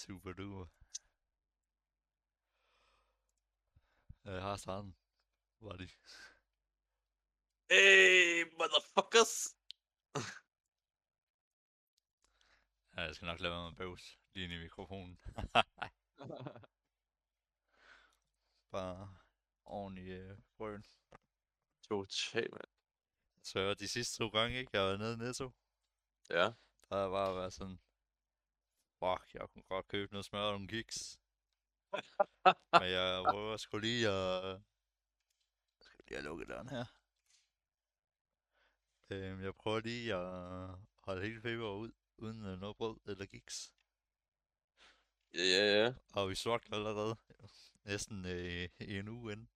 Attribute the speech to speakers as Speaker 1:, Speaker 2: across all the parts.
Speaker 1: Super duper. Jeg har starten. Var det?
Speaker 2: Hey, motherfuckers!
Speaker 1: Ja, jeg skal nok lade være med bøvs lige ind i mikrofonen. Bare ordentlig brøn.
Speaker 2: Total, mand.
Speaker 1: Så de sidste 2 gange, ikke? Jeg var nede i Netto.
Speaker 2: Ja.
Speaker 1: Der har jeg bare været sådan, fuck, jeg kunne godt købe noget smør og nogle kiks. Men jeg prøver sgu lige at lukke døren her. Jeg prøver lige at holde hele februar ud, uden noget brød eller kiks.
Speaker 2: Ja.
Speaker 1: Og vi struggler allerede. Næsten i en uge inden.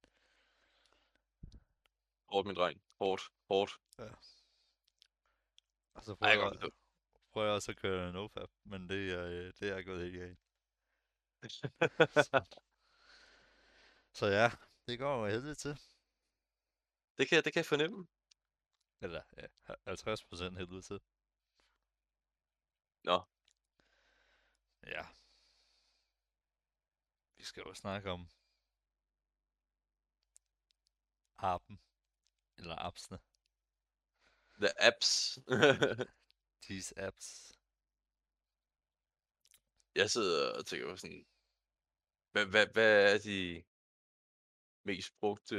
Speaker 2: Hårdt, min dreng. Hårdt.
Speaker 1: Ja. Og så
Speaker 2: Ej, jeg kan godt forstå.
Speaker 1: prøver jeg også at køre nofap, men det er gået helt galt. Så, så ja, det går jo heldigt til.
Speaker 2: det kan jeg fornemme.
Speaker 1: Eller ja, 50% heldigt til.
Speaker 2: Nå,
Speaker 1: Ja. Vi skal jo snakke om appen, eller appsene.
Speaker 2: the apps.
Speaker 1: These apps.
Speaker 2: Jeg sidder og tænker på sådan, hvad er de mest brugte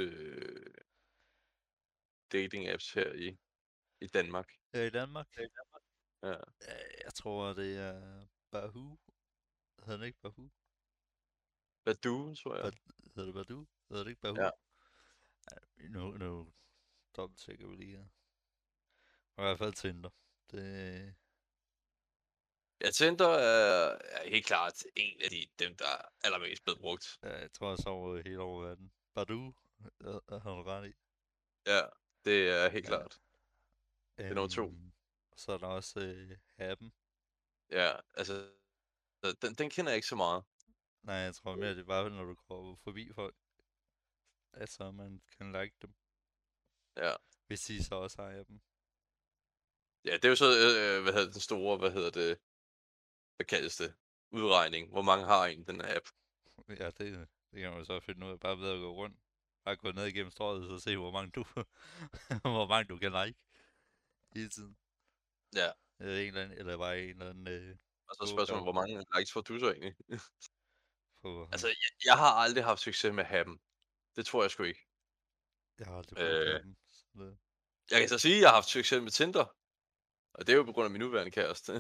Speaker 2: dating apps her i Danmark?
Speaker 1: Her i Danmark,
Speaker 2: Ja.
Speaker 1: jeg tror det er Bahoo. Hedder det ikke Bahoo?
Speaker 2: Badoo, tror jeg.
Speaker 1: Hedder det Badoo? Hedder det ikke Bahoo?
Speaker 2: Ja.
Speaker 1: Nu dobbelt tjekker vi lige her. I hvert fald Tinder. Det,
Speaker 2: Ja, Tinder er helt klart en af dem, der er allermest blevet brugt.
Speaker 1: ja, jeg tror også over hele over verden. Badoo, har du ret i.
Speaker 2: Ja, det er helt
Speaker 1: Ja.
Speaker 2: klart. Det er nummer 2.
Speaker 1: Så er der også Happen.
Speaker 2: Ja, altså, den kender jeg ikke så meget.
Speaker 1: Nej, jeg tror mere, det er bare, når du går forbi folk, altså man kan like dem,
Speaker 2: Ja.
Speaker 1: hvis de så også har Happen.
Speaker 2: Ja, det er jo så, hvad hedder den store, hvad kaldes det? Udregning. Hvor mange har en den her app?
Speaker 1: Ja, det kan man jo så finde ud af, bare ved at gå rundt. Bare gå ned igennem strøget, og se, hvor mange du, hvor mange du kan like hele tiden.
Speaker 2: Ja,
Speaker 1: Eller bare en eller anden
Speaker 2: og så spørgsmålet,
Speaker 1: gågave
Speaker 2: hvor mange likes får du så egentlig?
Speaker 1: på...
Speaker 2: Altså, jeg har aldrig haft succes med Happen. Det tror jeg sgu ikke.
Speaker 1: Jeg har aldrig brugt
Speaker 2: Øh,
Speaker 1: Happen. Så det,
Speaker 2: jeg kan så sige, at jeg har haft succes med Tinder. Og det er jo på grund af min nuværende kæreste.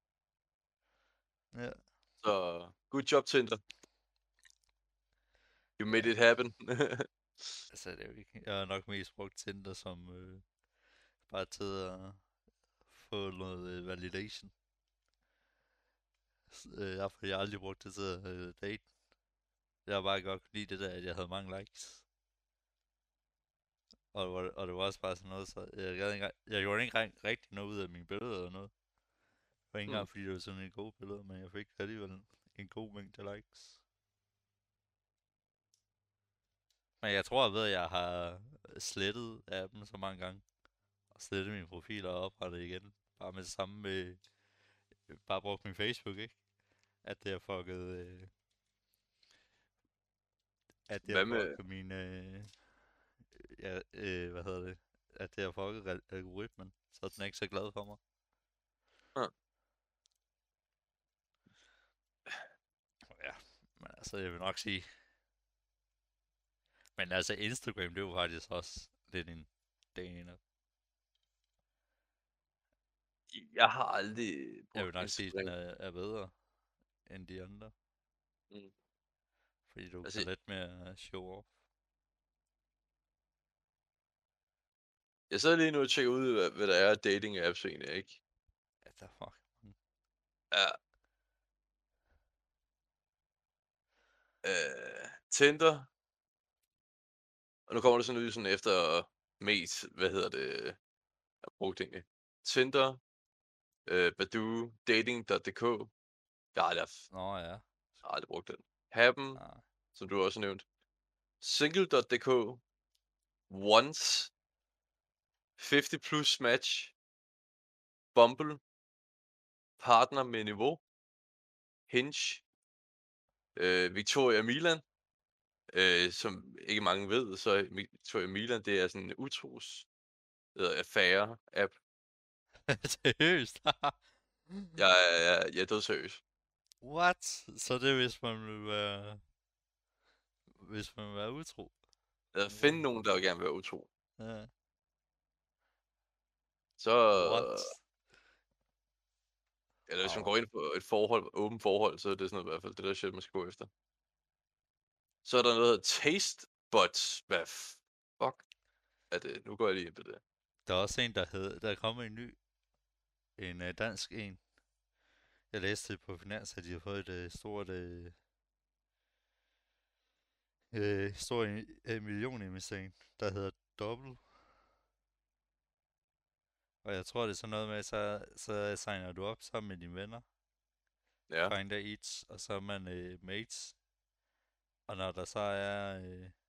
Speaker 1: ja,
Speaker 2: Så good job, Tinder. You made
Speaker 1: ja,
Speaker 2: it happen.
Speaker 1: altså det er jo ikke... Jeg har nok mest brugt Tinder som bare til at få noget validation. Fordi jeg har aldrig brugt det til at date. Jeg har bare godt kunne lide det der, at jeg havde mange likes. Og det var også bare sådan noget, så jeg gjorde ikke engang rigtig noget ud af mine billeder eller noget. Det var ikke engang fordi det var sådan en god billede, men jeg fik alligevel en god mængde likes. Men jeg tror, jeg ved, at jeg har slettet appen så mange gange. Og slettet mine profiler og oprettet igen. Bare med det samme med... Bare brugt min Facebook, ikke? At det har fucket... at det har
Speaker 2: Hvad med...
Speaker 1: fucket min... ja, hvad hedder det? At det har fucket algoritmen. Så den er ikke så glad for mig.
Speaker 2: Ah,
Speaker 1: Ja, men altså, jeg vil nok sige... Men altså, Instagram, det er jo faktisk også lidt en dagen.
Speaker 2: jeg har aldrig
Speaker 1: Jeg vil
Speaker 2: brugt
Speaker 1: nok sige, at den
Speaker 2: Instagram.
Speaker 1: er bedre end de andre.
Speaker 2: Mm.
Speaker 1: Fordi du
Speaker 2: Altså,
Speaker 1: kan let med at show off.
Speaker 2: jeg sidder lige nu og tjekker ud, hvad der er af dating apps egentlig, ikke?
Speaker 1: Ja, der er fuck.
Speaker 2: Ja. Tinder. Og nu kommer det sådan ud sådan efter mest, hvad hedder det, jeg brugt egentlig. Tinder, Badoo, Dating.dk. Jeg har
Speaker 1: Nå ja.
Speaker 2: aldrig brugt den. Happen,
Speaker 1: Nej.
Speaker 2: som du også nævnt. Single.dk. Once. 50 plus match. Bumble. Partner med niveau. Hinge. Victoria Milan, som ikke mange ved, så Victoria Milan, det er sådan en affære-app.
Speaker 1: Seriøst?
Speaker 2: Jeg er dødseriøs.
Speaker 1: What? Så det er, hvis man vil være utro?
Speaker 2: Finde nogen, der gerne vil være utro.
Speaker 1: Ja.
Speaker 2: Så
Speaker 1: What?
Speaker 2: eller hvis man
Speaker 1: Wow.
Speaker 2: går ind på et åbent forhold, så er det sådan noget, i hvert fald det der shit, man skal gå efter. Så er der noget, der hedder Taste Buds. Hvad fuck er det? Nu går jeg lige ind på det.
Speaker 1: Der er også en, der er kommet en dansk en. Jeg læste det på Finans, at de har fået et stor millioninvestering, der hedder Double. Og jeg tror, det er sådan noget med, så signer du op sammen med dine venner.
Speaker 2: Ja.
Speaker 1: Find each, og så er man mates. Og når der så er...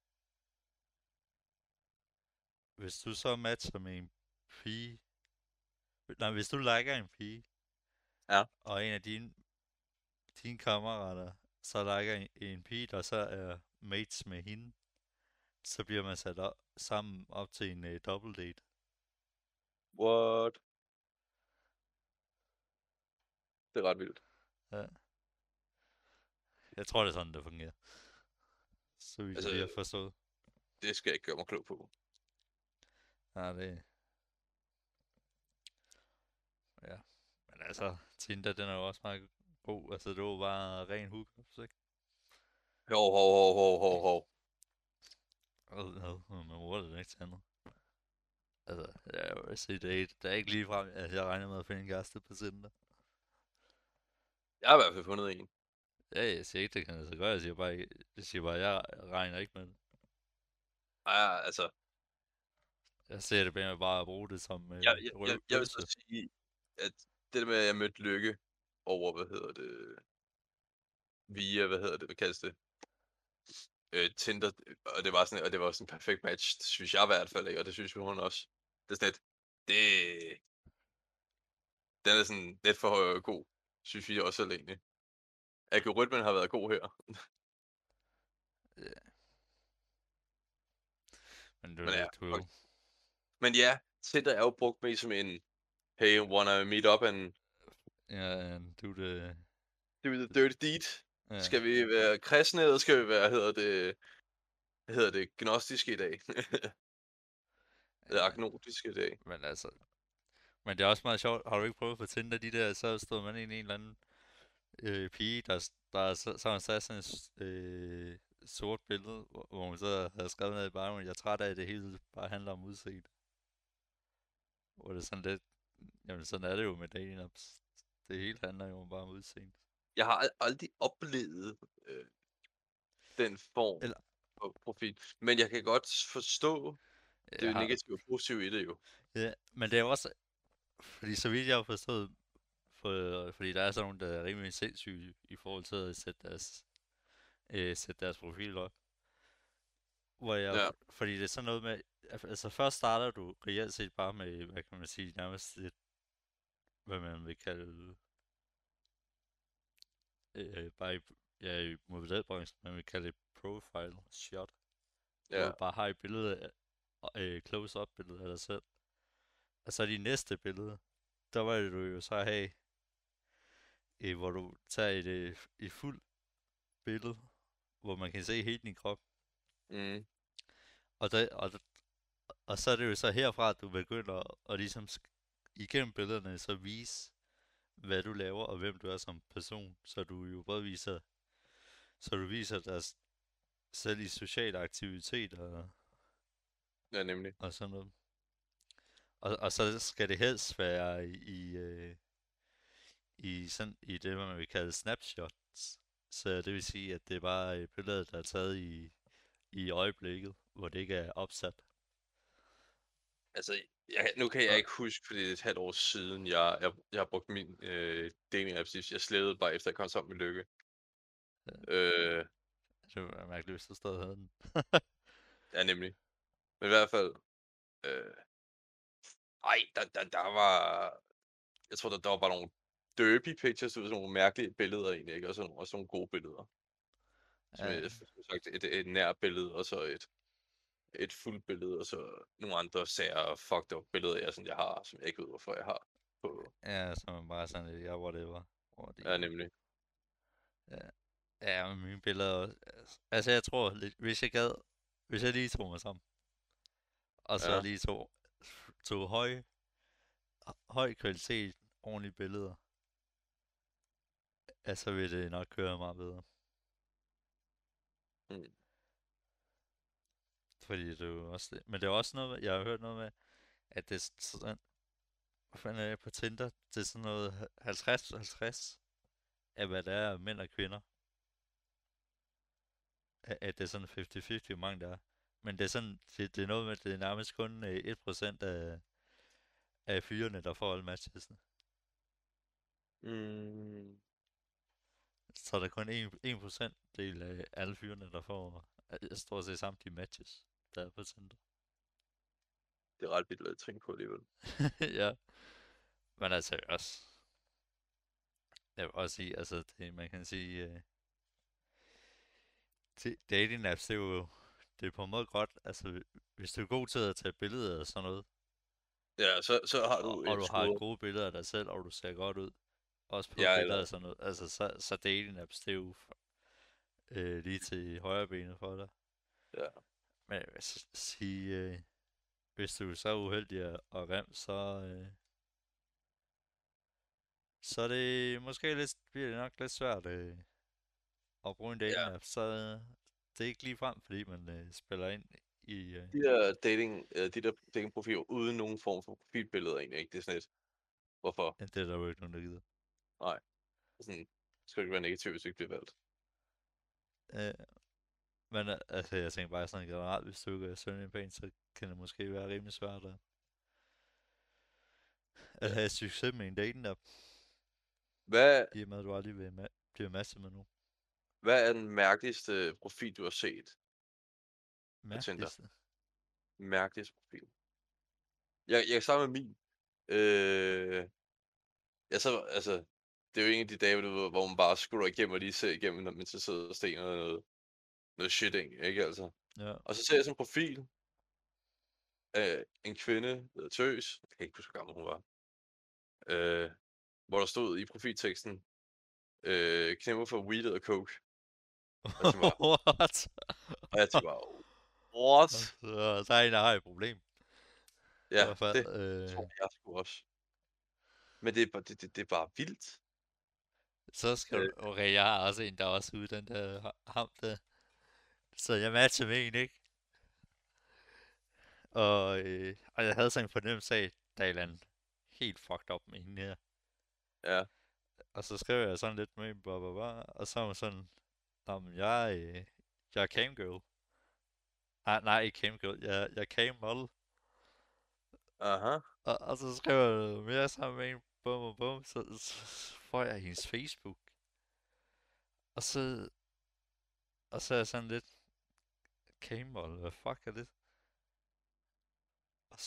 Speaker 1: hvis du så matcher med en pige... Nej, hvis du liker en pige,
Speaker 2: Ja.
Speaker 1: og en af dine kammerater så liker en pige, der så er mates med hende, så bliver man sat sammen op til en double date.
Speaker 2: What? Det er ret vildt.
Speaker 1: Ja. Jeg tror, det er sådan, det fungerer. Så vidt jeg lige har forstået.
Speaker 2: Det skal jeg ikke gøre mig klog på.
Speaker 1: Ja, det... Ja. Men altså, Tinder, den er jo også meget god. Altså, det var bare ren hookups, ikke?
Speaker 2: Hov.
Speaker 1: Man bruger det ikke til andet. Altså, jeg vil sige, det er ikke lige frem, at jeg regner med at finde en kæreste på Tinder.
Speaker 2: Jeg har i hvert fald fundet en.
Speaker 1: Ja, jeg siger ikke, det kan altså gøre. Jeg siger bare, jeg regner ikke med det.
Speaker 2: Ja, altså,
Speaker 1: Jeg ser det med bare at bruge det som
Speaker 2: jeg vil så sige, at det der med, at jeg mødte Lykke over, hvad kaldes det? Tinder, og det var sådan en perfekt match, det synes jeg i hvert fald, ikke? Og det synes hun også. Det er sådan lidt, den er sådan lidt for god, synes vi også selv egentlig. Algoritmen har været god her.
Speaker 1: Ja. Men
Speaker 2: Men ja,
Speaker 1: du...
Speaker 2: Men ja, Tinder er jo brugt mest som en, hey, wanna meet up and
Speaker 1: Ja,
Speaker 2: do the dirty deed.
Speaker 1: Ja.
Speaker 2: Skal vi være kristne, eller skal vi være, gnostiske i dag? Eller agnostiske i dag.
Speaker 1: Men altså... Men det er også meget sjovt. Har du ikke prøvet på Tinder de der, så stod man ind i en eller anden pige, der så har sat sådan et sort billede, hvor hun så havde skrevet ned i baggrunden, jeg er træt af, at det hele bare handler om udseende. Hvor det er sådan lidt, jamen sådan er det jo med dating apps. Det hele handler jo bare om udseende.
Speaker 2: Jeg har aldrig oplevet den form
Speaker 1: Eller...
Speaker 2: for profil. Men jeg kan godt forstå det
Speaker 1: har...
Speaker 2: negative og positive i det jo.
Speaker 1: Ja, men det er jo også, fordi så vidt jeg har forstået, fordi der er sådan nogle, der er rimelig sindssyge i forhold til at sætte deres profil op. Fordi det er sådan noget med, altså først starter du reelt set bare med, hvad kan man sige, nærmest et, hvad man vil kalde, bare i modelbranchen, man vil kalde et profile shot. Hvor du bare har et billede af, close-up billede af dig selv. Og så de næste billede, der var det du jo så have, hvor du tager et fuldt billede, hvor man kan se hele din krop.
Speaker 2: Mm.
Speaker 1: Og så er det jo så herfra, at du begynder at ligesom igennem billederne så vise, hvad du laver og hvem du er som person. Så du jo både viser dig selv i sociale aktiviteter.
Speaker 2: Ja, nemlig.
Speaker 1: Og sådan noget. Og så skal det helst være i det, man vil kalde snapshots. Så det vil sige, at det er bare et billede, der er taget i øjeblikket, hvor det ikke er opsat.
Speaker 2: Altså, nu kan jeg ikke huske, fordi det er et halvt år siden, jeg har brugt min dating apps. Jeg slettede bare efter, at jeg kom sammen med Lykke.
Speaker 1: Det var mærkeligt, hvis du stadig havde den.
Speaker 2: Ja, nemlig. Men i hvert fald, der var, jeg tror, der var bare nogle derpy pictures, sådan nogle mærkelige billeder egentlig, ikke? Og også nogle gode billeder. Som sagt et nærbillede, og så et fuldt billede, og så nogle andre sære fucked up billeder, jeg har, som jeg ikke ved, hvorfor jeg har på.
Speaker 1: Ja, så man bare sådan lidt, ja, whatever. Hvor
Speaker 2: Ja,
Speaker 1: de,
Speaker 2: nemlig.
Speaker 1: ja, ja, men mine billeder også, altså jeg tror lidt, hvis jeg lige tog mig sammen, og så
Speaker 2: Ja.
Speaker 1: lige tog høj kvalitet, ordentlige billeder, ja, så vil det nok køre meget bedre.
Speaker 2: Mm.
Speaker 1: Fordi det er jo også det. Men det er også noget med, jeg har hørt noget med, at det er sådan, hvad fanden er det på Tinder? Det er sådan noget 50-50 af hvad det er, mænd og kvinder. At det er sådan 50-50, hvor mange der er. Men det er sådan, det er noget med, at det er nærmest kun 1% af fyrene, der får alle matchesene.
Speaker 2: Mm.
Speaker 1: Så er der kun 1% del af alle fyrene, der får stort set samtlige matches, der er på Tinder.
Speaker 2: Det er ret vildt at tænke på alligevel.
Speaker 1: Ja, men altså også, jeg vil også sige, altså det, man kan sige, dating apps, det er på en måde godt, altså hvis du er god til at tage billeder og sådan noget,
Speaker 2: Ja, så har du
Speaker 1: og
Speaker 2: et
Speaker 1: du har
Speaker 2: score.
Speaker 1: gode billeder af dig selv, og du ser godt ud, også på
Speaker 2: Ja,
Speaker 1: billeder
Speaker 2: eller...
Speaker 1: og sådan noget, altså så dating apps, det er jo lige til højre benet for dig.
Speaker 2: Ja.
Speaker 1: Men jeg vil sige, hvis du er så uheldig og grim, så er det måske lidt, bliver det nok lidt svært at bruge en dating
Speaker 2: Ja.
Speaker 1: app, så det er ikke lige frem, fordi man spiller ind i,
Speaker 2: De der datingprofiler uden nogen form for profilbilleder egentlig, ikke? Det er sådan et, hvorfor?
Speaker 1: det er der jo ikke nogen, der gider.
Speaker 2: Nej. Sådan, skal ikke være negativt, hvis du ikke bliver valgt.
Speaker 1: Øh, Men altså, jeg tænker bare sådan generelt, hvis du ikke er sønderlig pæn, så kan det måske være rimelig svært at
Speaker 2: Ja.
Speaker 1: have succes med en dating app,
Speaker 2: Hvad,
Speaker 1: i og med at du aldrig bliver matchet med nogen.
Speaker 2: hvad er den mærkeligste profil, du har set på Tinder?
Speaker 1: Mærkeligste.
Speaker 2: Mærkeligste profil. Jeg kan starte med min. Ja, så, altså, det er jo en af de dage, du ved, hvor man bare scroller igennem og lige ser igennem, når man så sidder og stener noget shitting, ikke altså?
Speaker 1: Ja.
Speaker 2: Og så ser jeg sådan en profil af en kvinde, der hedder Tøs. Jeg kan ikke huske, hvor gammel hun var. Hvor der stod i profilteksten, kæmper for weed og coke. Og jeg tænkte bare,
Speaker 1: What?
Speaker 2: og jeg tænkte bare, what?
Speaker 1: Så er en, der har et problem. I
Speaker 2: Ja,
Speaker 1: hvert fald.
Speaker 2: det tror jeg sgu også. Men det er bare vildt.
Speaker 1: Så skal
Speaker 2: Øh,
Speaker 1: du... Okay, jeg har også en, der er også ude, den der ham der. Så jeg matcher med en, ikke? Og jeg havde sådan en fornemmelse af, der er et eller andet helt fucked up med hende her.
Speaker 2: ja,
Speaker 1: Og så skrev jeg sådan lidt med hende, blah, blah, blah, og så var hun sådan, nå, men jeg er camgirl. Nej, ikke camgirl, jeg er cammodel.
Speaker 2: aha,
Speaker 1: Og så skrev jeg mere sammen med hende, bum, bum, bum, så får jeg hendes Facebook. Og så, og så er jeg sådan lidt, cammodel, hvad fuck er det? Og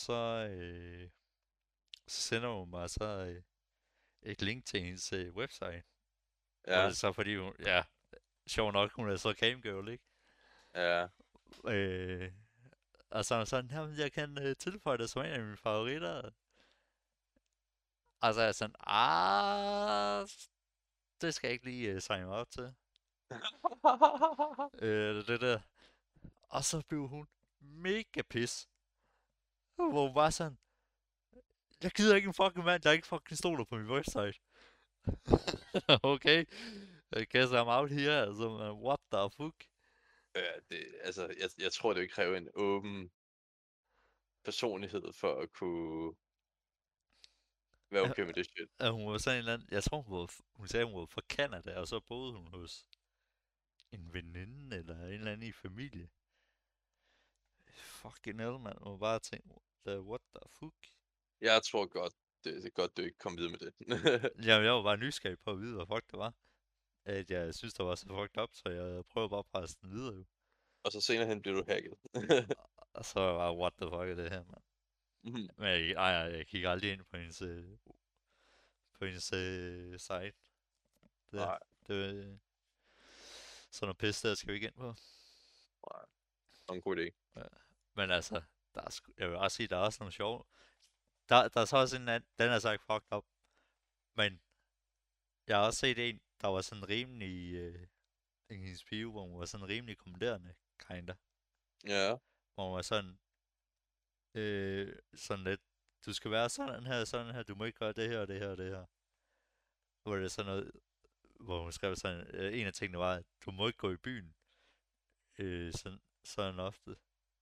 Speaker 1: så sender hun mig et link til hendes website. Og det
Speaker 2: ja,
Speaker 1: er så fordi hun, ja, sjov nok, hun er så camgirl, ikke?
Speaker 2: ja.
Speaker 1: Øh, og så er hun sådan, jamen jeg kan tilføje dig som en af mine favoritter. Og så er jeg sådan, det skal jeg ikke lige signe mig op til. Det der. Og så blev hun mega pis. Hvor hun bare sådan, jeg gider ikke en fucking mand, der ikke fucking stoler på min website. Okay, I guess I'm out here, altså, man, what the fuck?
Speaker 2: Ja, altså, jeg tror, det vil kræve en åben personlighed for at kunne være
Speaker 1: At,
Speaker 2: okay med det shit.
Speaker 1: at hun var sådan en eller anden, jeg tror hun sagde, hun var fra Canada, og så boede hun hos en veninde, eller en eller anden i familie. Fucking hell, man, man bare tænke, what the fuck?
Speaker 2: Jeg tror godt, det er godt, du ikke kom videre med det.
Speaker 1: Jamen, jeg var bare nysgerrig på at vide, hvad fuck det var. At jeg synes, det var så fucked up, så jeg prøver bare at presse den videre, jo.
Speaker 2: Og så senere hen bliver du hacket.
Speaker 1: Og så var jeg bare, what the fuck er det her, mand?
Speaker 2: Mhm.
Speaker 1: Men jeg kiggede aldrig ind på hendes site. Det,
Speaker 2: Nej.
Speaker 1: det, sådan noget pis der skal vi ikke ind på.
Speaker 2: Nej, det er en god idé.
Speaker 1: Ja. Men altså, jeg vil også sige, der er også nogle sjove. Der er så også en anden, den er så ikke fucked up. Men jeg har også set en, der var sådan rimelig, en hendes pive, hvor hun var sådan rimelig kommanderende, kinda.
Speaker 2: Ja.
Speaker 1: Hvor hun var sådan lidt, du skal være sådan her, du må ikke gøre det her og det her og det her. Hvor det er sådan noget, hvor hun skrev sådan, en af tingene var, at du må ikke gå i byen, sådan ofte.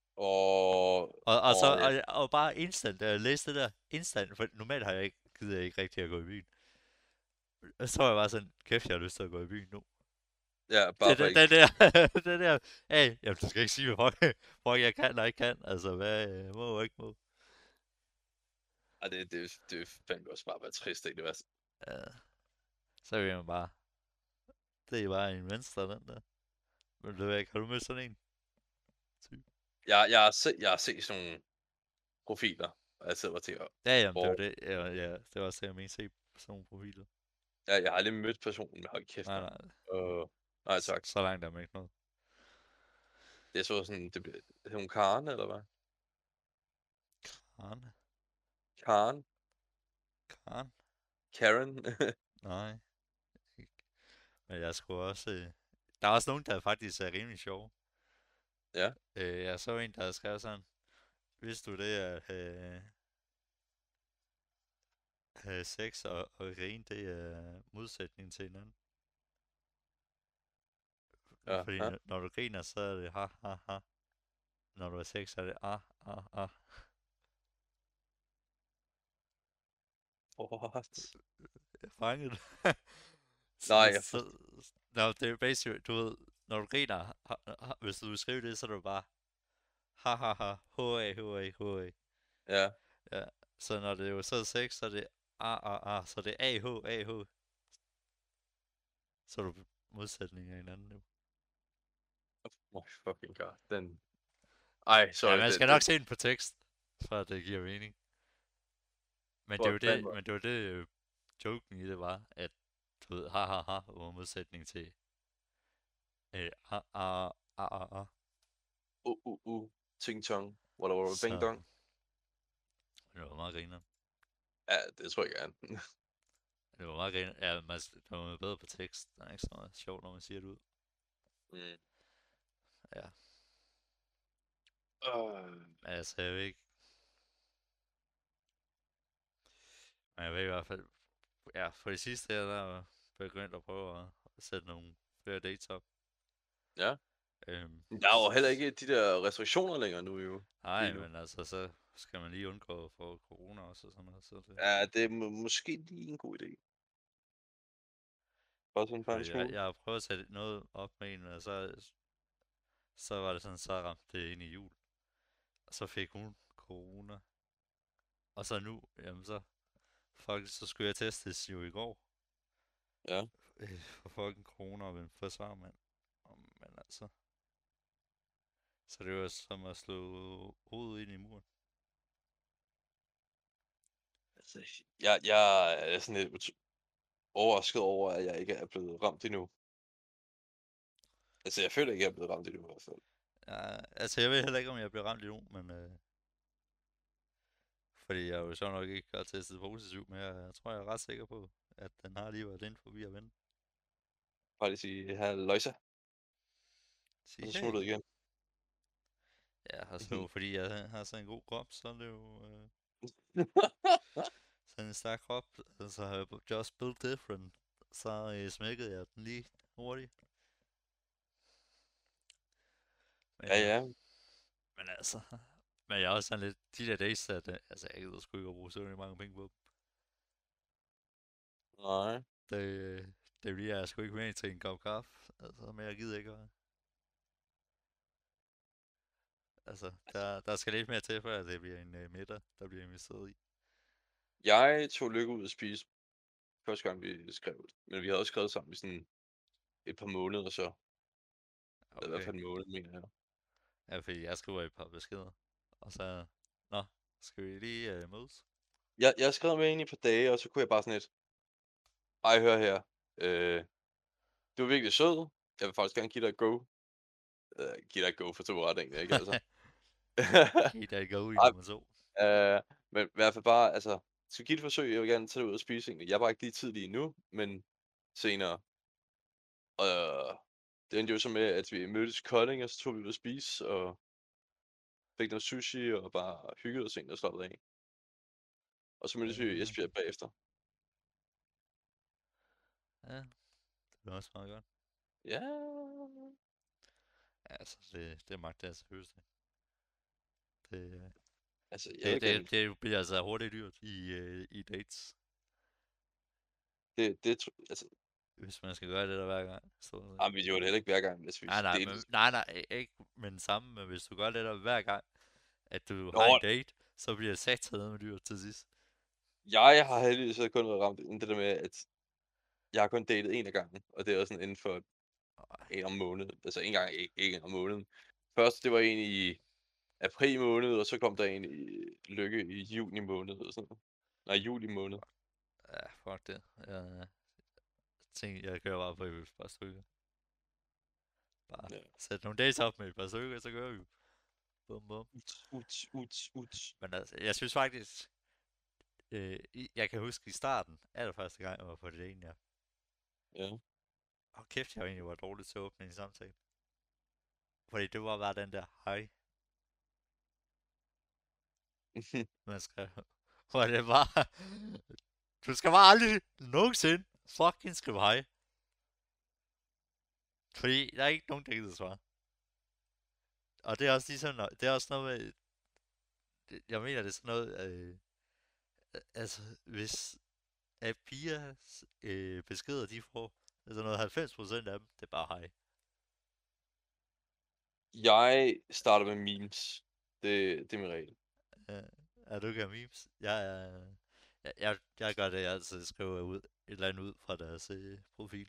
Speaker 1: Og bare instant, da jeg læste det der, instant, for normalt har gider jeg ikke rigtig at gå i byen. Og så var jeg bare sådan, kæft, jeg har lyst til at gå i byen nu.
Speaker 2: Ja, bare for ikke.
Speaker 1: Det der, hey, jamen, du skal ikke sige, hvad fuck jeg kan og ikke kan. Altså, hvad må og ikke må.
Speaker 2: Ej, det fandme også bare være trist, ikke det værste.
Speaker 1: Ja, så vil man bare, det er bare en venstre, den der. Men det ved jeg ikke, har du mødt sådan en?
Speaker 2: Jeg har set sådan nogle profiler, og jeg sidder bare og tænker,
Speaker 1: Ja, jamen, det var det. Ja, det var også det, jeg mente, se sådan nogle profiler.
Speaker 2: jeg har aldrig mødt personen, men hold kæft.
Speaker 1: Nej.
Speaker 2: Nej, tak.
Speaker 1: Så langt er man ikke noget.
Speaker 2: Jeg så sådan, det er hun Karen, eller hvad?
Speaker 1: Karen?
Speaker 2: Karen?
Speaker 1: Nej. Men jeg skulle også... Der er også nogen, der faktisk er rimelig sjove.
Speaker 2: Ja.
Speaker 1: Jeg så en, der havde skrevet sådan, vidste du det, at have sex og grine, det er modsætning til hinanden?
Speaker 2: Ja.
Speaker 1: Fordi når du griner, så er det ha, ha, ha. Når du har sex, så er det ah.
Speaker 2: What?
Speaker 1: Fanget.
Speaker 2: Nej,
Speaker 1: Nå, det er basically, du ved, når du griner, hvis du vil skrive det, så er det bare ha, ha.
Speaker 2: Ja.
Speaker 1: Ja, så når det er jo så sex, så er det så det er ah. Så er du modsætning af hinanden nu.
Speaker 2: Oh fucking god, den... Ej, sorry.
Speaker 1: Ja, man skal nok se den på tekst, for at det giver mening. Men det er jo det, joken i det var, at du ved, ha, var modsætning til
Speaker 2: ting tong, whatever, bing dong.
Speaker 1: Det var meget griner.
Speaker 2: Ja, det tror jeg gerne.
Speaker 1: Det var meget griner. Ja, det var bedre på tekst. Det er ikke så meget sjovt, når man siger det ud. Ja. Altså, jeg ved ikke. Men jeg ved i hvert fald, ja, for det sidste her, der begyndt at prøve at sætte nogle flere dates op.
Speaker 2: Ja. Der er jo heller ikke de der restriktioner længere nu, jo.
Speaker 1: Nej, men altså, så skal man lige undgå for corona også og sådan noget. Så det...
Speaker 2: Ja, det er måske lige en god idé. Bare sådan bare en smule.
Speaker 1: Jeg har prøvet at sætte noget op med en, og så var det sådan, så ramte det ind i jul. Og så fik hun corona. Og så nu, jamen så skulle jeg testes jo i går.
Speaker 2: Ja.
Speaker 1: For fucking corona og en forsvar, mand. Men altså... Så det var som at slå hovedet ind i muren.
Speaker 2: Altså, jeg er sådan lidt overrasket over, at jeg ikke er blevet ramt endnu. Altså, jeg føler ikke, at jeg er blevet ramt endnu i hvert fald.
Speaker 1: Ja, altså, jeg ved heller ikke, om jeg bliver ramt endnu, men... Fordi jeg jo så nok ikke har testet positivt, men jeg tror, jeg er ret sikker på, at den har lige været ind forbi at vende.
Speaker 2: Bare lige sige, halløjsa.
Speaker 1: Sige,
Speaker 2: og så smuttet igen.
Speaker 1: Ja, altså, fordi jeg har sådan en god krop, så er det jo... sådan en stærk krop, altså har jeg just built different, så smækkede jeg den lige hurtigt. Men,
Speaker 2: ja.
Speaker 1: Men altså, men jeg er også sådan lidt, de der days, at altså, jeg gider sgu ikke at bruge så mange penge på dem.
Speaker 2: Nej.
Speaker 1: Det bliver jeg sgu ikke med til en kop kaffe, altså, men jeg gider ikke at... Altså, der skal lidt mere til, før det bliver en middag, der bliver investeret i.
Speaker 2: Jeg tog Lykke ud at spise, første gang vi skrev det. Men vi havde også skrevet sammen i sådan et par måneder så. Okay. I hvert fald en måned, mener jeg.
Speaker 1: Ja, fordi jeg skriver et par beskeder. Og så, nå, skal vi lige mødes?
Speaker 2: Jeg skrev med en i et par dage, og så kunne jeg bare sådan lidt, ej, hør her. Du er virkelig sød. Jeg vil faktisk gerne give dig et go. Give dig et go for 2 ret egentlig, ikke altså?
Speaker 1: Giv dig et go i
Speaker 2: Ej,
Speaker 1: nummer 2.
Speaker 2: men i hvert fald bare, altså, skal give det et forsøg. Jeg vil gerne tage dig ud og spise egentlig. Jeg har bare ikke lige tid lige nu, men senere. Og det endte jo så med, at vi mødtes i Kolding, og så tog vi ud at spise, og fik noget sushi, og bare hyggede os egentlig og slappede af. Og så mødtes vi i Esbjerg bagefter.
Speaker 1: Ja, det er også meget godt.
Speaker 2: Ja.
Speaker 1: Altså, det magter jeg seriøst ikke. Det,
Speaker 2: Altså, jeg
Speaker 1: det,
Speaker 2: vil gerne...
Speaker 1: det, det bliver altså hurtigt dyrt i dates,
Speaker 2: Altså,
Speaker 1: hvis man skal gøre det der hver gang.
Speaker 2: men det var det heller ikke hver gang, hvis vi
Speaker 1: Nej,
Speaker 2: delte.
Speaker 1: nej, ikke med den samme, men hvis du gør det der hver gang, at du har
Speaker 2: Nå,
Speaker 1: en date, så bliver det satan med dyrt til sidst.
Speaker 2: jeg har heldigvis så kun været ramt inden det der med, at jeg har kun datet en af gangen, og det er også sådan inden for en om måneden. Altså, en gang ikke en om måneden. Først, det var en i april måned, og så kom der en i Lykke i juni måned, eller sådan noget. Nej, juli måned.
Speaker 1: Ja, fuck det. Jeg kører bare på et par stykker. Bare
Speaker 2: Ja.
Speaker 1: sæt nogle dates op med et par stykker, så kører vi. Bum, bum.
Speaker 2: Uts.
Speaker 1: Men altså, jeg synes faktisk, jeg kan huske i starten, allerførste gang, jeg var på det ene, ja.
Speaker 2: Ja.
Speaker 1: Og kæft, jeg egentlig var dårlig til at åbne en samtale. Fordi det var bare den der, hej, man skrev. Hvor det var, du skal bare aldrig nogensinde fucking skrive hej. Fordi der er ikke nogen, der gider svare. Og det er også ligesom, det er også noget med, jeg mener det er sådan noget, altså hvis af pigers beskeder de får, altså noget 90% af dem, det er bare hej.
Speaker 2: Jeg starter med memes. Det er min regel.
Speaker 1: Er du ikke af memes? Jeg gør det, jeg altid skriver ud, et eller andet ud fra deres profil.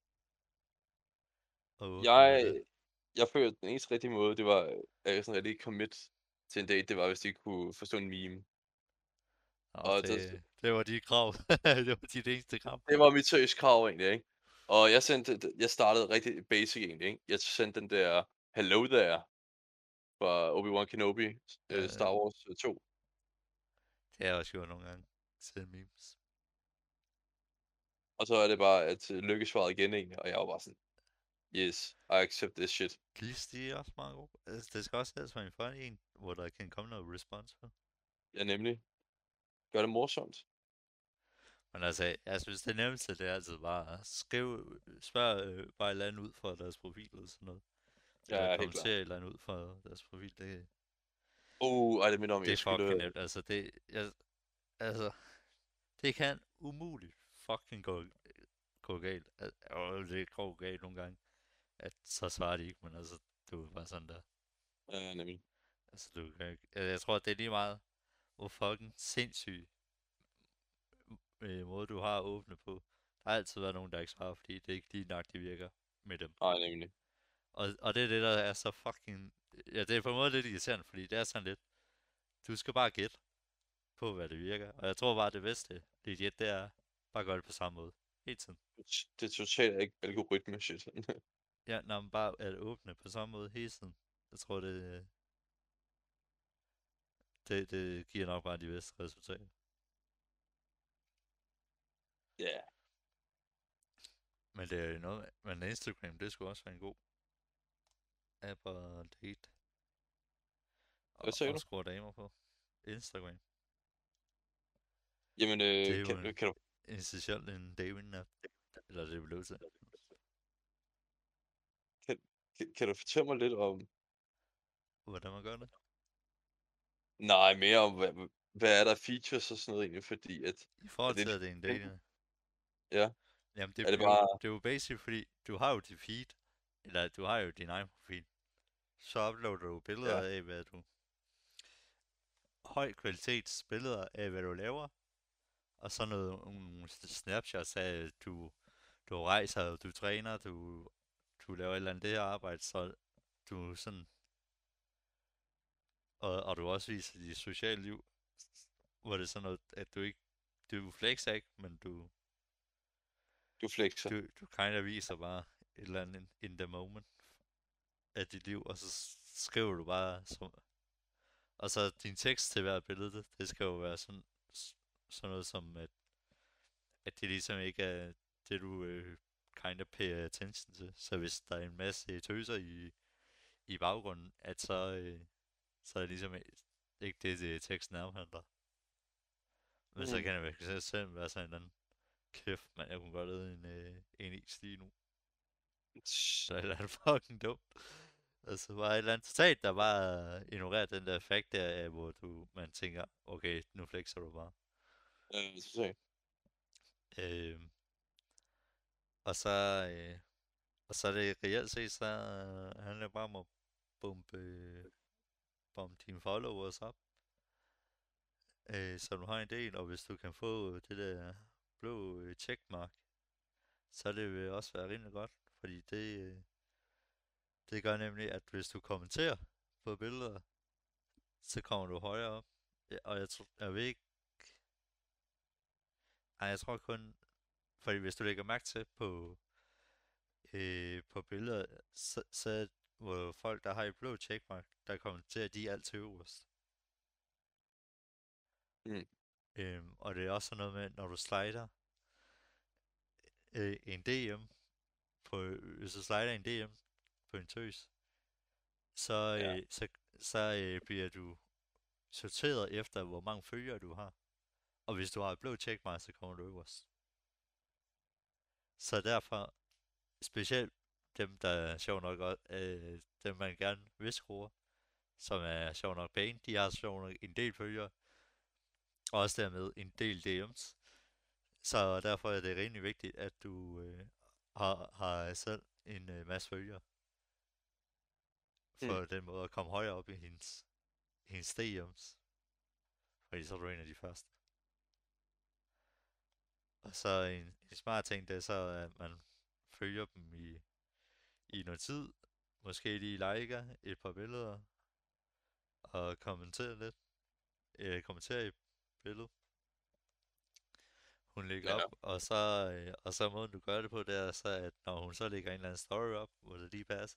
Speaker 1: Og åbner med det.
Speaker 2: Jeg føler, at den eneste rigtige måde, det var, at jeg sådan rigtig commit til en date, det var, hvis de kunne forstå en meme.
Speaker 1: Og
Speaker 2: Og
Speaker 1: det var dit krav. Det var dit eneste krav.
Speaker 2: det var mit seriøse krav egentlig, ikke? Og jeg startede rigtig basic egentlig, ikke? Jeg sendte den der Hello There fra Obi-Wan Kenobi, Star Wars 2.
Speaker 1: Det har jeg også gjort nogle gange. Siden memes.
Speaker 2: Og så er det bare, at Lykke svarede igen egentlig, og jeg var bare sådan, yes, I accept this shit.
Speaker 1: Glis, de er også meget gode. Altså, det skal også helst være en funny en, hvor der kan komme noget response på.
Speaker 2: Ja, nemlig. Gør det morsomt.
Speaker 1: Men altså, jeg synes det nemmeste, det er altid bare at spørg bare et eller andet ud fra deres profil eller sådan noget. Eller
Speaker 2: Ja, helt klart.
Speaker 1: kommentere et eller andet ud fra deres profil.
Speaker 2: Ej, det minder om,
Speaker 1: Det
Speaker 2: jeg
Speaker 1: er
Speaker 2: skulle...
Speaker 1: fucking nemt. Altså, det kan umuligt fucking gå galt. Og det går galt nogle gange. At så svarer de ikke, men altså, du er bare sådan der.
Speaker 2: Ja, nemlig.
Speaker 1: Altså, du kan ikke... Jeg tror, det er lige meget, hvor fucking sindssyg måde, du har at åbne på. Der har altid været nogen, der ikke svarer, fordi det er ikke lige nok, det virker med dem.
Speaker 2: Nej, nemlig.
Speaker 1: Og det er det, der er så fucking... Ja, det er på en måde lidt irriterende, fordi det er sådan lidt... Du skal bare gætte på, hvad det virker. Og jeg tror bare, det bedste, det er bare gøre det på samme måde. Hele tiden.
Speaker 2: Det er totalt ikke algoritme shit.
Speaker 1: Ja, når man bare at åbne på samme måde hele tiden. Jeg tror, det giver nok bare de bedste resultater.
Speaker 2: Ja. Yeah.
Speaker 1: Men det er noget, men Instagram, det skulle også være en god app at date.
Speaker 2: Hvad sagde
Speaker 1: Og
Speaker 2: du?
Speaker 1: score damer på. Instagram.
Speaker 2: Jamen,
Speaker 1: Det er jo
Speaker 2: kan du...
Speaker 1: essentielt en dating app. Eller det er blevet til.
Speaker 2: Kan du fortælle mig lidt om...
Speaker 1: Hvordan man gør det?
Speaker 2: Nej, mere om, hvad er der features og sådan noget egentlig, fordi at...
Speaker 1: I forhold
Speaker 2: det
Speaker 1: til, at det er en dating.
Speaker 2: Ja.
Speaker 1: Jamen,
Speaker 2: Er det bare...
Speaker 1: det er jo basic, fordi du har jo dit feed. Eller du har jo din egen profil. Så uploader du billeder af, hvad du... Høj kvalitets billeder af, hvad du laver. Og så nogle snapshots af, at du rejser, du træner, du laver et eller andet det her arbejde, så du sådan... Og du også viser dit sociale liv, hvor det er sådan noget, at du flexer ikke, men
Speaker 2: Du flexer.
Speaker 1: du kind of viser bare et eller andet in the moment af dit liv, og så skriver du bare, og så din tekst til hvert billede, det skal jo være sådan noget som, at det ligesom ikke er det, du kind of pay attention til. Så hvis der er en masse tøser i baggrunden, så er det ligesom ikke det teksten afhandler. Men så kan det virkelig selv være sådan en anden kæft, men jeg kunne godt lide en is lige nu. Så er det fucking dumt. Altså bare et eller andet citat, der bare ignorerer den der fakt der, hvor man tænker, okay, nu flexer du bare. Øhm, og så, og så er det reelt set, så handler det bare om at bombe dine followers op, så du har en del, og hvis du kan få det der blå checkmark, så det vil også være rimelig godt, fordi det gør nemlig, at hvis du kommenterer på billeder, så kommer du højere op. Ja, og jeg ved ikke, jeg tror kun, fordi hvis du lægger mærke til på billeder, så hvor folk, der har et blå checkmark, der kommenterer, de er altid øverst. Og det er også sådan noget med, når du slider en DM, hvis du slider en DM på en tøs, så bliver du sorteret efter, hvor mange følgere du har. Og hvis du har et blå checkmark, så kommer du øverst. Så derfor, specielt dem, der er sjov nok, dem man gerne vil score, som er sjov nok bane, de har sjov nok en del følgere, og også dermed en del DM's. Så derfor er det rimelig vigtigt, at du har selv en masse følgere. For den måde at komme højere op i hendes DM's. Fordi så er du en af de første. Og så en smart ting, det er så, at man følger dem i noget tid. Måske lige liker et par billeder. Og kommenterer lidt. Kommenterer i billedet. Hun lægger op, og så måden du gør det på, det er så, at når hun så lægger en eller anden story op, hvor det lige passer,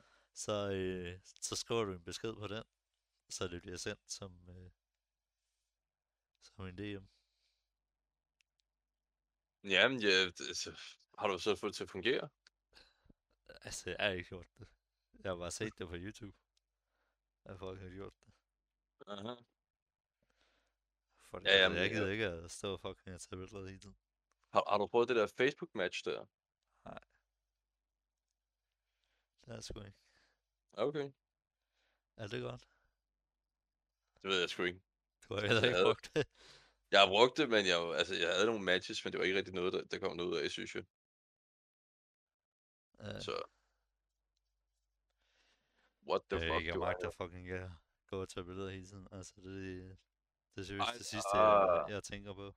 Speaker 1: så skriver du en besked på den, så det bliver sendt som en DM.
Speaker 2: Jamen, har du så fået det til at fungere?
Speaker 1: Altså, jeg har ikke gjort det. Jeg har bare set det på YouTube. Jeg har fucking gjort det.
Speaker 2: Aha.
Speaker 1: Fordi, altså, jeg gider ikke at stå og fucking tage billeder hele tiden.
Speaker 2: Har du prøvet det der Facebook-match der?
Speaker 1: Nej. Det er sgu ikke.
Speaker 2: Okay.
Speaker 1: Er det godt?
Speaker 2: Det ved jeg sgu ikke.
Speaker 1: Du har heller ikke brugt det.
Speaker 2: Jeg har brugt det, men jeg havde nogle matches, men det var ikke rigtig noget, der kom noget af, synes jeg. Så. What the fuck,
Speaker 1: jeg magter fucking gå og tage billeder hele tiden. Altså, det er seriøst det sidste, jeg tænker på.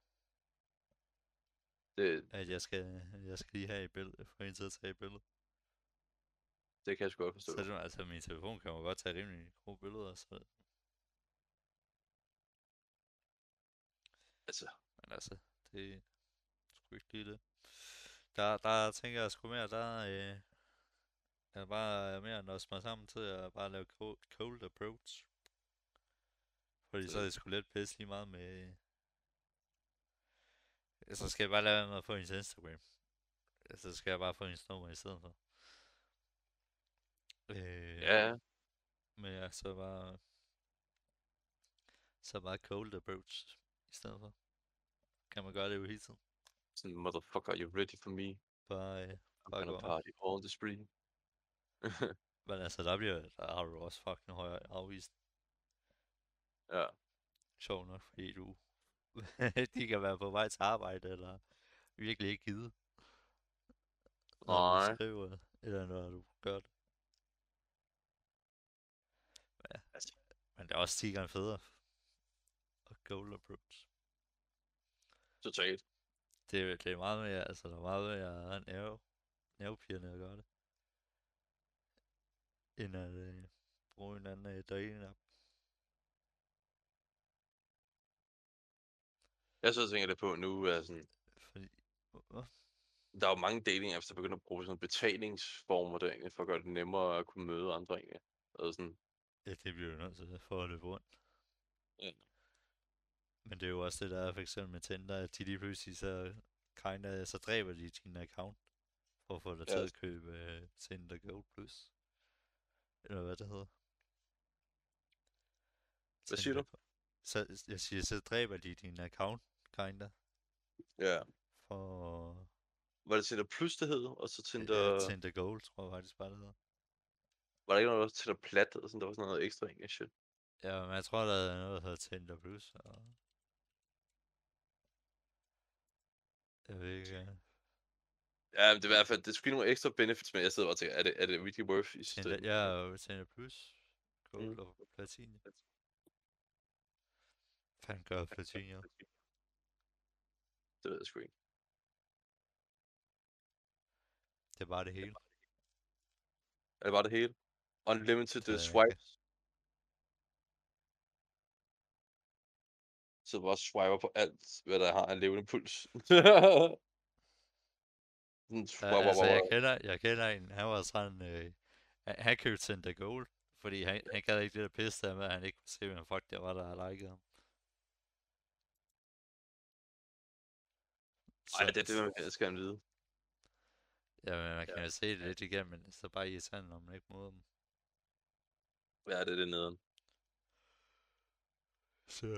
Speaker 1: At jeg skal lige have et billede, for en tid at tage et billede.
Speaker 2: Det kan jeg sgu godt forstå.
Speaker 1: Så altså, min telefon kan jo godt tage rimelig gode billeder, så.
Speaker 2: Altså.
Speaker 1: Men altså, det er sgu ikke lige det. Der tænker jeg sgu mere, jeg bare mere nøjes mig sammen til at bare lave cold approach. Fordi så er det sgu lidt pisse lige meget med. Så skal jeg bare lade mig på hendes Instagram. Så skal jeg bare få hendes nummer i stedet for.
Speaker 2: Ja.
Speaker 1: Men ja, så bare cold approach i stedet for. Kan man gøre det jo hele tiden.
Speaker 2: Sådan, motherfucker, are you ready for me?
Speaker 1: Bare
Speaker 2: gå party all the spree.
Speaker 1: Men altså, der har du også fucking højere afvist.
Speaker 2: Ja.
Speaker 1: Sjov nok, fordi de kan være på vej til arbejde, eller virkelig ikke gide. Når du skriver, eller når du gør det. Ja. Men det er også 10 gange federe. Og goal approach.
Speaker 2: Totalt.
Speaker 1: Det er meget mere, altså der er meget mere nervepirrende at gøre det. End at bruge en anden dating-app.
Speaker 2: Jeg så tænker det på nu, er sådan.
Speaker 1: Fordi, hvad?
Speaker 2: Der er jo mange dating apps, der begynder at bruge sådan nogle betalingsformer der egentlig, for at gøre det nemmere at kunne møde andre egentlig. Altså sådan,
Speaker 1: Ja, det bliver jo nødt til for at løbe rundt.
Speaker 2: ja.
Speaker 1: Men det er jo også det, der er for eksempel med Tinder, at de lige pludselig så dræber de din account, for at få dig til
Speaker 2: Ja,
Speaker 1: at købe Tinder Gold Plus. Eller hvad det hedder.
Speaker 2: hvad siger
Speaker 1: Tinder.
Speaker 2: du?
Speaker 1: Så jeg siger, så dræber de din account, kinda.
Speaker 2: Ja.
Speaker 1: For
Speaker 2: Var det Tinder Plus, det hed? Og så Tinder...
Speaker 1: Tinder Gold, tror jeg faktisk bare, det hedder.
Speaker 2: Var der ikke noget, der var Tinder Plat? Eller sådan, der var sådan noget ekstra egentlig shit.
Speaker 1: Ja, men jeg tror, der er noget, der hedder Tinder Plus. Og jeg ved ikke,
Speaker 2: Ja, men det er i hvert fald, det skulle give nogle ekstra benefits, men jeg sidder bare og tænker, er det virkelig worth i sidste
Speaker 1: Tinder,
Speaker 2: ende?
Speaker 1: ja, og Tinder Plus, Gold
Speaker 2: Mm.
Speaker 1: og Platin. Fanden gør Platin, jo.
Speaker 2: Det ved jeg sgu ikke.
Speaker 1: Det er bare det hele.
Speaker 2: Er det bare det hele? Unlimited
Speaker 1: Det ved jeg ikke.
Speaker 2: swipes. Så bare swiper på alt, hvad der har en levende puls. Sådan,
Speaker 1: Altså, jeg kender en, han var sådan, han købte Tinder Gold, fordi han gad ikke det der pisse der med, at han ikke kunne se, hvem fuck det var, der havde liket ham.
Speaker 2: Ej, det er det, man skal han vide.
Speaker 1: Ja, men man kan jo se det lidt igennem, men det er så bare irriterende, når man ikke møder dem.
Speaker 2: Ja, det er det nederen.
Speaker 1: Så.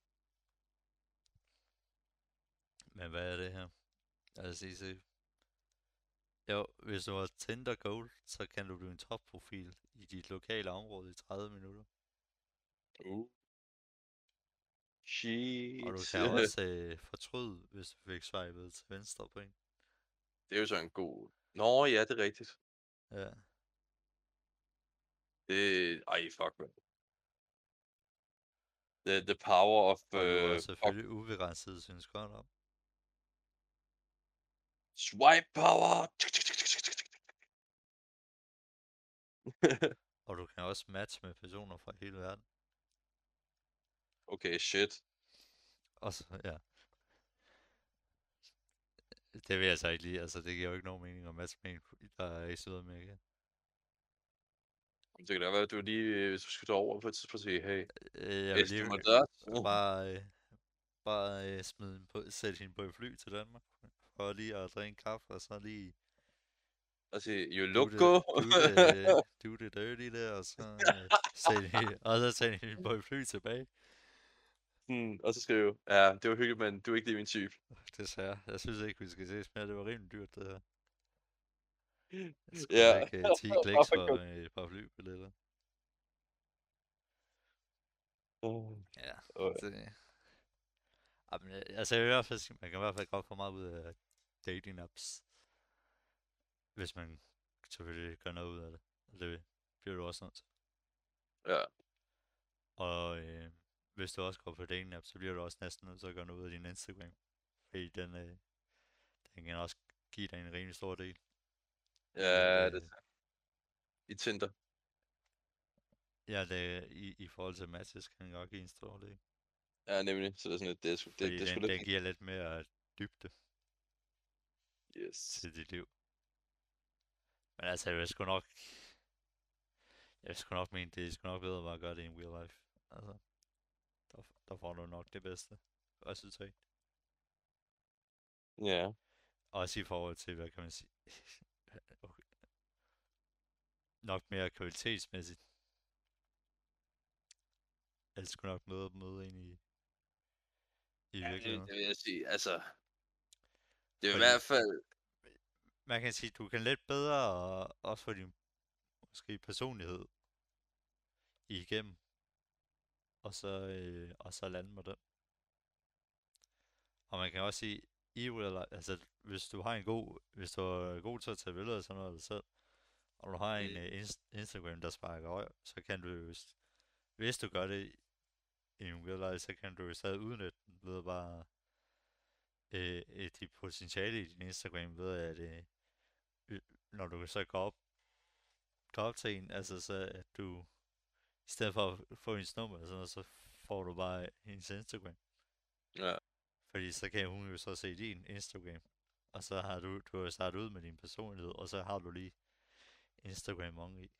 Speaker 1: Men hvad er det her? Altså, se. Jo, hvis du har Tinder Gold, så kan du blive en topprofil i dit lokale område i 30 minutter.
Speaker 2: Shit.
Speaker 1: Og du kan også fortryde, hvis du fik swipet til venstre på en.
Speaker 2: Det er jo så en god... Nå, ja, det er rigtigt.
Speaker 1: Ja.
Speaker 2: Det... Ej, fuck, man. The power of...
Speaker 1: Og du har selvfølgelig ubegrænset synskånd om.
Speaker 2: Swipe power!
Speaker 1: Og du kan også matche med personer fra hele verden.
Speaker 2: Okay, shit.
Speaker 1: Og så, ja. Det vil jeg så ikke lige. Altså, det giver jo ikke nogen mening at matche med en, der er i Sydamerika.
Speaker 2: Det kan da være, at du lige, hvis du skal over på et tidspunkt, sige, hey,
Speaker 1: Jeg vil lige bare smide hende på, sætte hende på et fly til Danmark. For lige at drikke kaffe, og så lige
Speaker 2: og sige, you
Speaker 1: do
Speaker 2: loco.
Speaker 1: the dirty der, og så sende hende på et fly tilbage.
Speaker 2: Og så skrive, ja, det var hyggeligt, men du er ikke lige min type.
Speaker 1: Desværre. Jeg synes ikke, vi skal ses mere. Det var rimelig dyrt, det her. Jeg skulle
Speaker 2: Ja.
Speaker 1: ikke 10 kliks for et par flybilletter. Ja, det... Jamen, altså, jeg vil i hvert fald sige, man kan i hvert fald godt få meget ud af dating apps. Hvis man selvfølgelig gør noget ud af det. Og det bliver du også nødt til.
Speaker 2: Ja.
Speaker 1: Og hvis du også går på dating app, så bliver du også næsten nødt til at gøre noget ud af din Instagram. Fordi den kan også give dig en rimelig stor del.
Speaker 2: Ja, det i Tinder.
Speaker 1: Ja, i forhold til matches kan den godt give en stor del.
Speaker 2: Ja, nemlig. Så det er sådan lidt,
Speaker 1: Fordi den giver lidt mere dybde
Speaker 2: yes.
Speaker 1: til dit liv. Men altså, jeg vil sgu nok mene, det er sgu nok bedre bare at gøre det i en real life. Altså, der får du nok det bedste resultat.
Speaker 2: Ja.
Speaker 1: Også i forhold til, hvad kan man sige, okay. Nok mere kvalitetsmæssigt. Jeg skulle nok møde ind i virkeligheden.
Speaker 2: Det vil jeg sige, altså, det er i
Speaker 1: Fordi
Speaker 2: hvert fald...
Speaker 1: Man kan sige, du kan lidt bedre også få din måske personlighed igennem, og så lande med den. Og man kan også sige, altså hvis du er god til at tage billeder af sådan noget af dig selv, og du har en Instagram, der sparker høj, så kan du hvis du gør det i en real life, så kan du jo stadig udnytte den ved bare dit potentiale i din Instagram ved at når du så går op til en, altså så at du i stedet for at få hendes nummer og sådan noget, så får du bare hendes Instagram.
Speaker 2: Ja.
Speaker 1: Fordi så kan hun jo så se din Instagram. Og så har du har startet ud med din personlighed, og så har du lige Instagram oveni.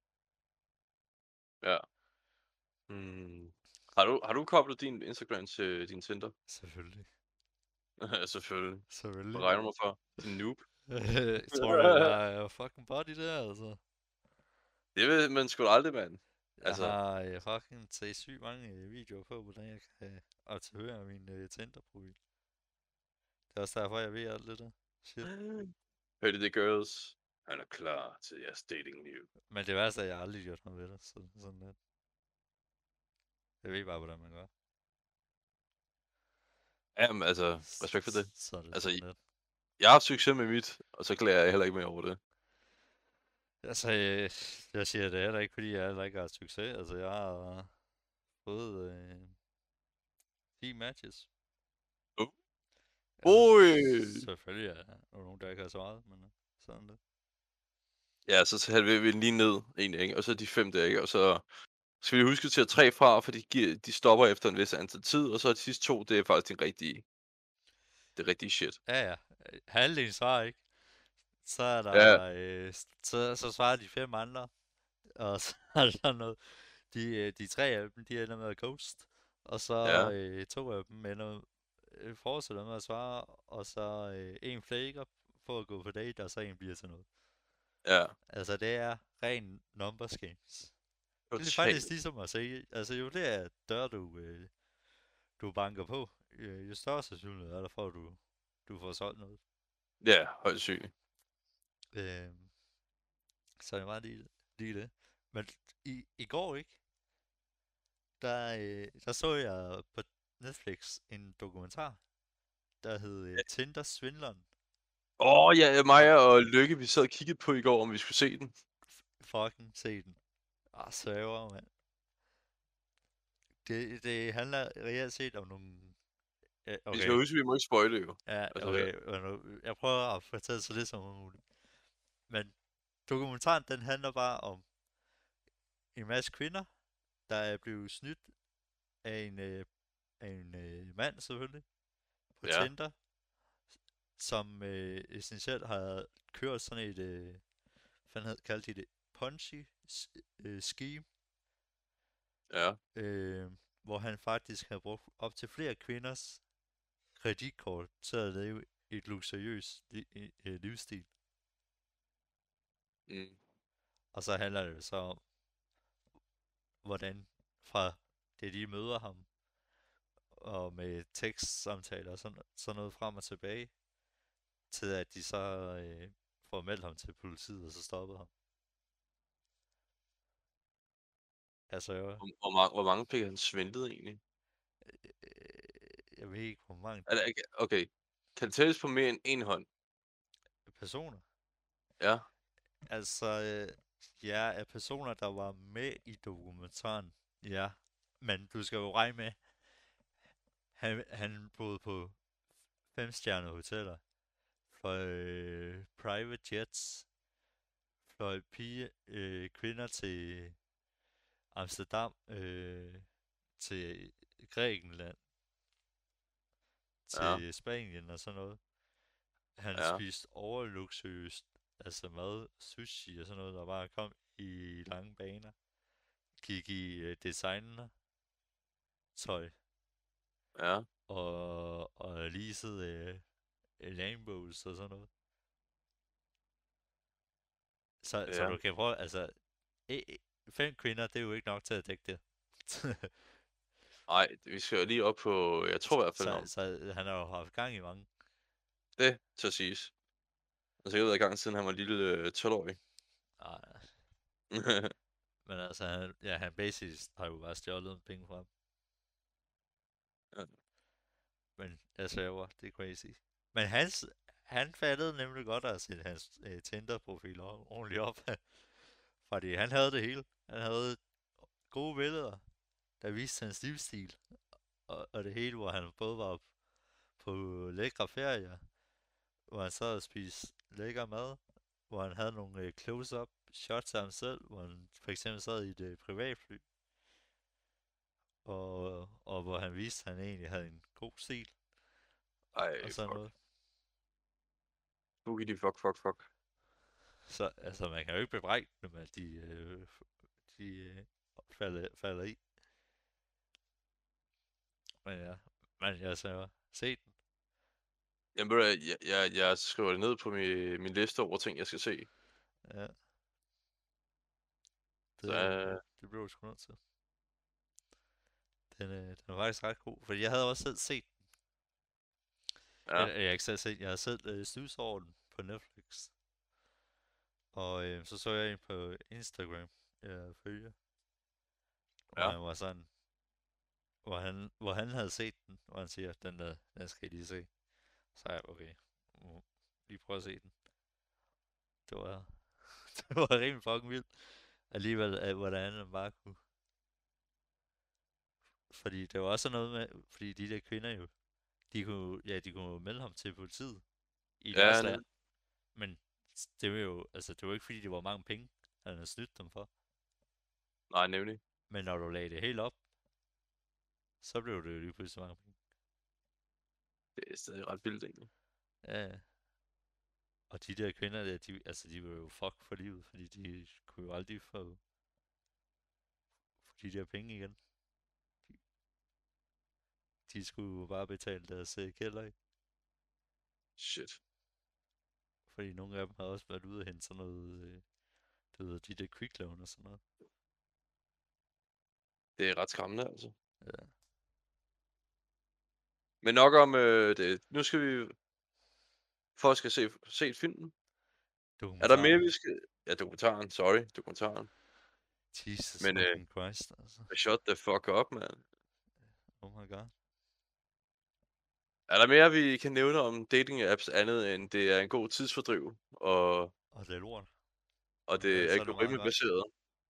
Speaker 2: Ja. Hmm. Har du koblet din Instagram til din Tinder?
Speaker 1: Selvfølgelig.
Speaker 2: Selvfølgelig. Hvad
Speaker 1: Selvfølgelig.
Speaker 2: regner du mig for? Din noob?
Speaker 1: Tror du, jeg er fucking body der, altså?
Speaker 2: Det ved man sgu da aldrig, mand.
Speaker 1: Jeg
Speaker 2: Altså,
Speaker 1: har fucking set sygt mange videoer på, hvordan jeg kan aktivere min Tinder-profil. Det er også derfor, jeg ved alt det der. Shit.
Speaker 2: hørte det, girls? Han er klar til jeres dating liv.
Speaker 1: Men det værste er, at jeg aldrig gjort noget ved det. Så sådan lidt. Jeg ved bare, hvordan man gør.
Speaker 2: Jamen, altså, respekt for det.
Speaker 1: Så er det
Speaker 2: Altså,
Speaker 1: sådan lidt.
Speaker 2: jeg har haft succes med mit, og så klager jeg heller ikke mere over det.
Speaker 1: Altså, jeg siger det heller ikke, fordi jeg heller ikke har succes. Altså, jeg har fået 10 matches. Altså,
Speaker 2: Ui!
Speaker 1: selvfølgelig er der nogen, der ikke har svaret, men sådan det.
Speaker 2: Ja, så halverer vi den lige ned, egentlig, ikke? Og så de 5 dage, og så skal vi huske til at 3 fra, for de stopper efter en vis antal tid, og så de sidste 2, det er faktisk det rigtige shit.
Speaker 1: Ja. Halvdelen svarer ikke. Så er
Speaker 2: Ja,
Speaker 1: der, så svarer de 5 andre, og så er der noget. De 3 af dem, de ender med at ghost, og så
Speaker 2: ja,
Speaker 1: 2 af dem fortsætter med at svare, og så en flaker på at gå på date, og så en bliver til noget.
Speaker 2: ja,
Speaker 1: Altså, det er ren numbers games. Det er faktisk
Speaker 2: totalt.
Speaker 1: ligesom at se, altså jo flere døre du banker på, jo større sandsynlighed er der for, at du får solgt noget.
Speaker 2: Ja, højst sygt.
Speaker 1: Øh, så det var lige det. Men i går ikke, der så jeg på Netflix en dokumentar, der hed Tinder Svindleren.
Speaker 2: Ja, mig og Lykke, vi sad og kiggede på i går, om vi skulle se den.
Speaker 1: Fucking se den. Svæver, mand. Det handler reelt set om nogle...
Speaker 2: Vi skal
Speaker 1: Okay,
Speaker 2: huske, vi må ikke spoile jo.
Speaker 1: ja,
Speaker 2: Altså,
Speaker 1: okay. Jeg prøver at fortælle så lidt som muligt. Men dokumentaren, den handler bare om en masse kvinder, der er blevet snydt af en mand selvfølgelig, på
Speaker 2: ja,
Speaker 1: Tinder, som essentielt har kørt sådan et, kaldte de det, Ponzi scheme,
Speaker 2: ja,
Speaker 1: hvor han faktisk har brugt op til flere kvinders kreditkort til at leve et luksuriøst livsstil.
Speaker 2: mm,
Speaker 1: Og så handler det så om, hvordan fra det de møder ham, og med tekstsamtaler og sådan noget frem og tilbage, til at de så får meldt ham til politiet, og så stoppet ham. Altså,
Speaker 2: hvor mange fik han svindlet egentlig?
Speaker 1: jeg ved ikke, hvor mange
Speaker 2: Okay, kan det tælles på mere end en hånd?
Speaker 1: personer.
Speaker 2: Ja,
Speaker 1: Altså, ja, af personer, der var med i dokumentaren. Ja, men du skal jo regne med, han boede på 5-stjernede hoteller, fløj private jets, fløj kvinder til Amsterdam, til Grækenland,
Speaker 2: ja,
Speaker 1: til Spanien og sådan noget. Han
Speaker 2: ja,
Speaker 1: spiste overluksuriøst, altså mad, sushi og sådan noget, der bare kom i lange baner. Gik i designer tøj
Speaker 2: ja,
Speaker 1: og leasede Lambos og sådan noget. Så
Speaker 2: ja.
Speaker 1: du kan prøve, altså, 5 kvinder, det er jo ikke nok til at dække det.
Speaker 2: Ej, vi skal jo lige op på, jeg tror i hvert fald om.
Speaker 1: Så han har jo haft gang i mange.
Speaker 2: Det til siges. Altså, jeg har været i gang siden han var lille 12-årig.
Speaker 1: Nej, men altså, han basically har jo bare stjålet penge fra ham.
Speaker 2: Ja,
Speaker 1: Men altså, det er crazy. Men han fattede nemlig godt at sætte hans Tinder-profil ordentligt op. Fordi han havde det hele. Han havde gode billeder, der viste hans livsstil. Og det hele, hvor han både var på lækre ferier, hvor han sad og spiste lækker mad, hvor han havde nogle close-up shots af ham selv, hvor han for eksempel sad i et privatfly, og hvor han viste, at han egentlig havde en god stil,
Speaker 2: ej,
Speaker 1: og sådan
Speaker 2: fuck.
Speaker 1: noget.
Speaker 2: Boogity fuck.
Speaker 1: Så altså, man kan jo ikke bebrejde dem, at de falder i. Men ja, men jeg så set den.
Speaker 2: Jamen, ved du hvad, jeg skriver det ned på min liste over ting, jeg skal se.
Speaker 1: Ja,
Speaker 2: Så
Speaker 1: det blev jeg sgu nødt til. Den var faktisk ret god, fordi jeg havde også selv set den.
Speaker 2: ja,
Speaker 1: Jeg har ikke selv set, jeg har selv snus over den på Netflix. Og så jeg en på Instagram, jeg følger, hvor
Speaker 2: ja,
Speaker 1: han var sådan, hvor han havde set den, hvor han siger, den skal I lige se. Så er jeg, okay, lige prøve at se den. Det var, det var rimelig fucking vildt. Alligevel, hvordan han bare kunne. Fordi det var også noget med, fordi de der kvinder jo, de kunne jo melde ham til politiet i deres
Speaker 2: ja,
Speaker 1: land. Men det var jo, altså det var ikke fordi, det var mange penge, han havde snydt dem for.
Speaker 2: nej, nemlig.
Speaker 1: Men når du lagde det helt op, så blev det jo lige pludselig mange penge.
Speaker 2: Det er stadig ret vildt, egentlig.
Speaker 1: Ja. Og de der kvinder der, de var jo fuck for livet, fordi de kunne jo aldrig få de der penge igen. De skulle jo bare betale deres gælder af.
Speaker 2: Shit.
Speaker 1: Fordi nogle af dem har også været ude og hente sådan noget, du ved, de der kviklån og sådan noget.
Speaker 2: Det er ret skræmmende, altså.
Speaker 1: Ja.
Speaker 2: Men nok om det. Nu skal vi... Folk skal se filmen. Er der mere, vi skal... Ja, dokumentaren. Sorry, dokumentaren.
Speaker 1: Jesus
Speaker 2: Men
Speaker 1: fucking Christ, altså.
Speaker 2: shut the fuck up, man.
Speaker 1: Oh my god.
Speaker 2: Er der mere, vi kan nævne om dating-apps andet end det er en god tidsfordriv, og
Speaker 1: Og det er lort.
Speaker 2: det er
Speaker 1: Så er det meget godt.
Speaker 2: algoritmebaseret?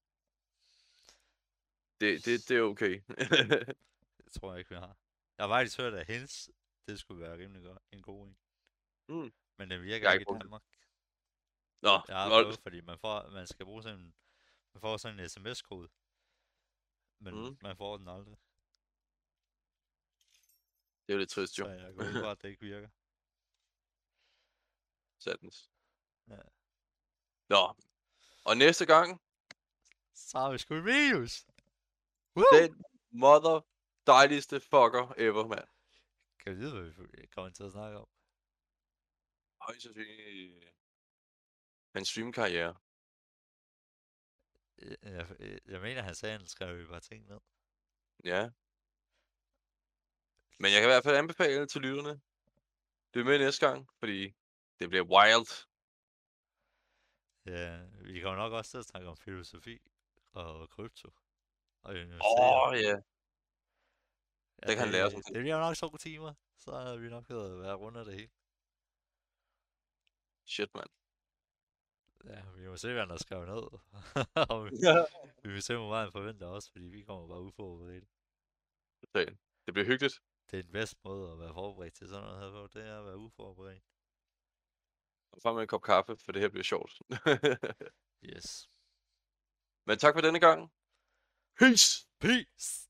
Speaker 2: Det er okay.
Speaker 1: Det tror jeg ikke, vi har. Jeg har faktisk hørt, at Hens, det skulle være rimelig godt. En god en.
Speaker 2: Mm.
Speaker 1: Men den
Speaker 2: Jeg
Speaker 1: virker
Speaker 2: har
Speaker 1: ikke
Speaker 2: ikke
Speaker 1: i
Speaker 2: brugt det.
Speaker 1: Danmark.
Speaker 2: Nå,
Speaker 1: Jeg har
Speaker 2: lol.
Speaker 1: prøvet, fordi man skal bruge sådan man får sådan en sms-kode. Men man får den aldrig.
Speaker 2: Det er jo lidt trist, jo.
Speaker 1: Så jeg går ud fra, at det ikke virker.
Speaker 2: Satans.
Speaker 1: Ja.
Speaker 2: Nå, og næste gang,
Speaker 1: Så har vi sgu minus.
Speaker 2: den mother dejligste fucker ever, mand.
Speaker 1: Kan vi vide, hvad vi kommer til at snakke om?
Speaker 2: Højst sandsynligt hans streamkarriere.
Speaker 1: Jeg mener, han sagde, at han skrev jo bare ting ned.
Speaker 2: Ja. Men jeg kan i hvert fald anbefale til lytterne. Lyt med næste gang, fordi det bliver wild.
Speaker 1: Ja, vi kommer nok også til at snakke om filosofi og krypto. Og investere.
Speaker 2: Ja. Det kan han lære sådan.
Speaker 1: Det bliver nok 2 timer, så er vi nok ved at være rundt af det hele.
Speaker 2: Shit, mand.
Speaker 1: Ja, vi må se, hvad han har skrevet ned. Og vi vil se, hvor meget han forventer også, fordi vi kommer bare uforberedt.
Speaker 2: Det bliver hyggeligt.
Speaker 1: Det er den bedste måde at være forberedt til sådan noget her på, det er at være uforberedt.
Speaker 2: Og frem med en kop kaffe, for det her bliver sjovt.
Speaker 1: Yes.
Speaker 2: Men tak for denne gang. Peace!
Speaker 1: Peace!